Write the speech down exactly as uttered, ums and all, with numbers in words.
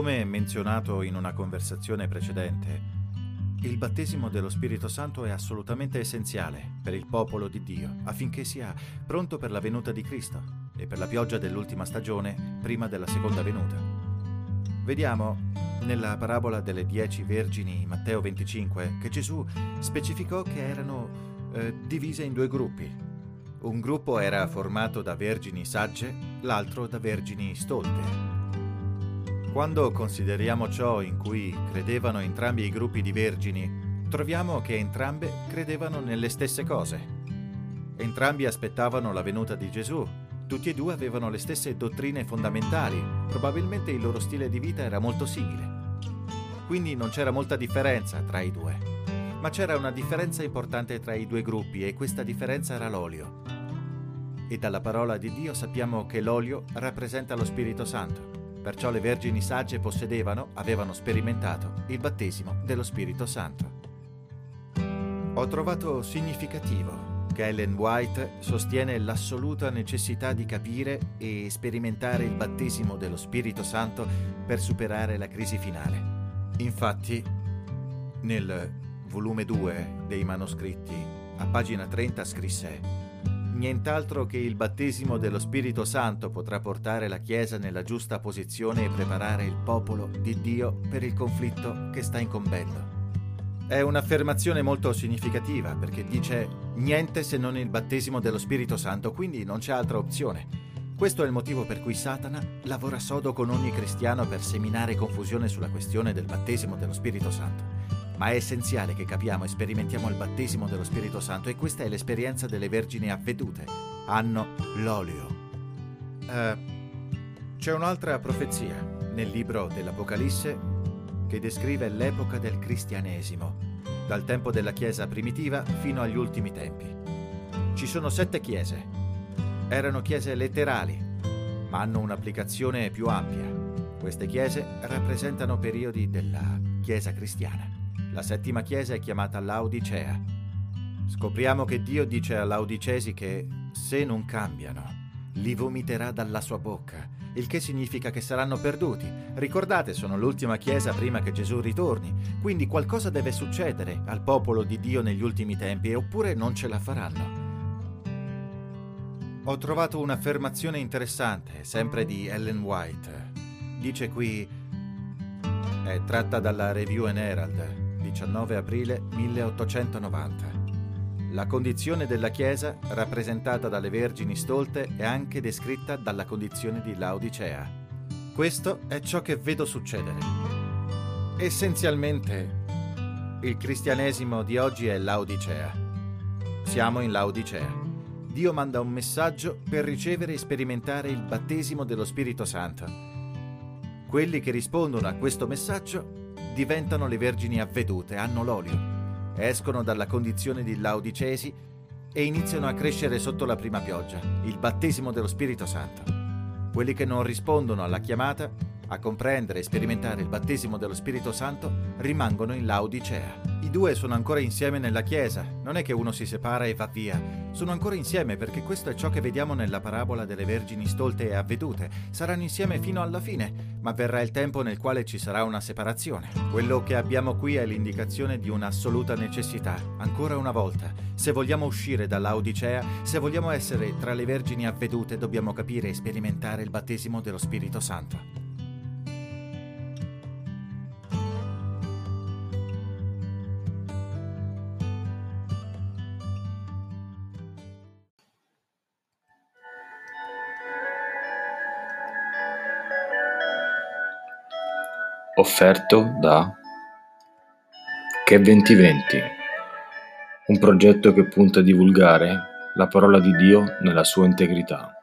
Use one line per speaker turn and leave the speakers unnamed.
Come menzionato in una conversazione precedente, il battesimo dello Spirito Santo è assolutamente essenziale per il popolo di Dio affinché sia pronto per la venuta di Cristo e per la pioggia dell'ultima stagione prima della seconda venuta. Vediamo nella parabola delle dieci vergini in Matteo venticinque che Gesù specificò che erano eh, divise in due gruppi. Un gruppo era formato da vergini sagge, l'altro da vergini stolte. Quando consideriamo ciò in cui credevano entrambi i gruppi di vergini, troviamo che entrambe credevano nelle stesse cose. Entrambi aspettavano la venuta di Gesù. Tutti e due avevano le stesse dottrine fondamentali. Probabilmente il loro stile di vita era molto simile. Quindi non c'era molta differenza tra i due. Ma c'era una differenza importante tra i due gruppi e questa differenza era l'olio. E dalla parola di Dio sappiamo che l'olio rappresenta lo Spirito Santo. Perciò le vergini sagge possedevano, avevano sperimentato il battesimo dello Spirito Santo. Ho trovato significativo che Ellen White sostiene l'assoluta necessità di capire e sperimentare il battesimo dello Spirito Santo per superare la crisi finale. Infatti, nel volume due dei manoscritti, a pagina trenta, scrisse: nient'altro che il battesimo dello Spirito Santo potrà portare la Chiesa nella giusta posizione e preparare il popolo di Dio per il conflitto che sta incombendo. È un'affermazione molto significativa perché dice niente se non il battesimo dello Spirito Santo, quindi non c'è altra opzione. Questo è il motivo per cui Satana lavora sodo con ogni cristiano per seminare confusione sulla questione del battesimo dello Spirito Santo. Ma è essenziale che capiamo e sperimentiamo il battesimo dello Spirito Santo e questa è l'esperienza delle vergini avvedute. Hanno l'olio. Uh, c'è un'altra profezia nel libro dell'Apocalisse che descrive l'epoca del cristianesimo, dal tempo della Chiesa primitiva fino agli ultimi tempi. Ci sono sette chiese. Erano chiese letterali, ma hanno un'applicazione più ampia. Queste chiese rappresentano periodi della Chiesa cristiana. La settima chiesa è chiamata Laodicea. Scopriamo che Dio dice a Laodicesi che se non cambiano, li vomiterà dalla sua bocca, il che significa che saranno perduti. Ricordate, sono l'ultima chiesa prima che Gesù ritorni, quindi qualcosa deve succedere al popolo di Dio negli ultimi tempi, oppure non ce la faranno. Ho trovato un'affermazione interessante, sempre di Ellen White. Dice qui, è tratta dalla Review and Herald, diciannove aprile milleottocentonovanta. La condizione della Chiesa, rappresentata dalle vergini stolte, è anche descritta dalla condizione di Laodicea. Questo è ciò che vedo succedere. Essenzialmente, il cristianesimo di oggi è Laodicea. Siamo in Laodicea. Dio manda un messaggio per ricevere e sperimentare il battesimo dello Spirito Santo. Quelli che rispondono a questo messaggio diventano le vergini avvedute, hanno l'olio, escono dalla condizione di laodicesi e iniziano a crescere sotto la prima pioggia, il battesimo dello Spirito Santo. Quelli che non rispondono alla chiamata a comprendere e sperimentare il battesimo dello Spirito Santo rimangono in Laodicea. I due sono ancora insieme nella Chiesa, non è che uno si separa e va via, sono ancora insieme perché questo è ciò che vediamo nella parabola delle vergini stolte e avvedute. Saranno insieme fino alla fine, ma verrà il tempo nel quale ci sarà una separazione. Quello che abbiamo qui è l'indicazione di un'assoluta necessità, ancora una volta. Se vogliamo uscire da Laodicea, se vogliamo essere tra le vergini avvedute, dobbiamo capire e sperimentare il battesimo dello Spirito Santo.
Offerto da Che venti venti, un progetto che punta a divulgare la parola di Dio nella sua integrità.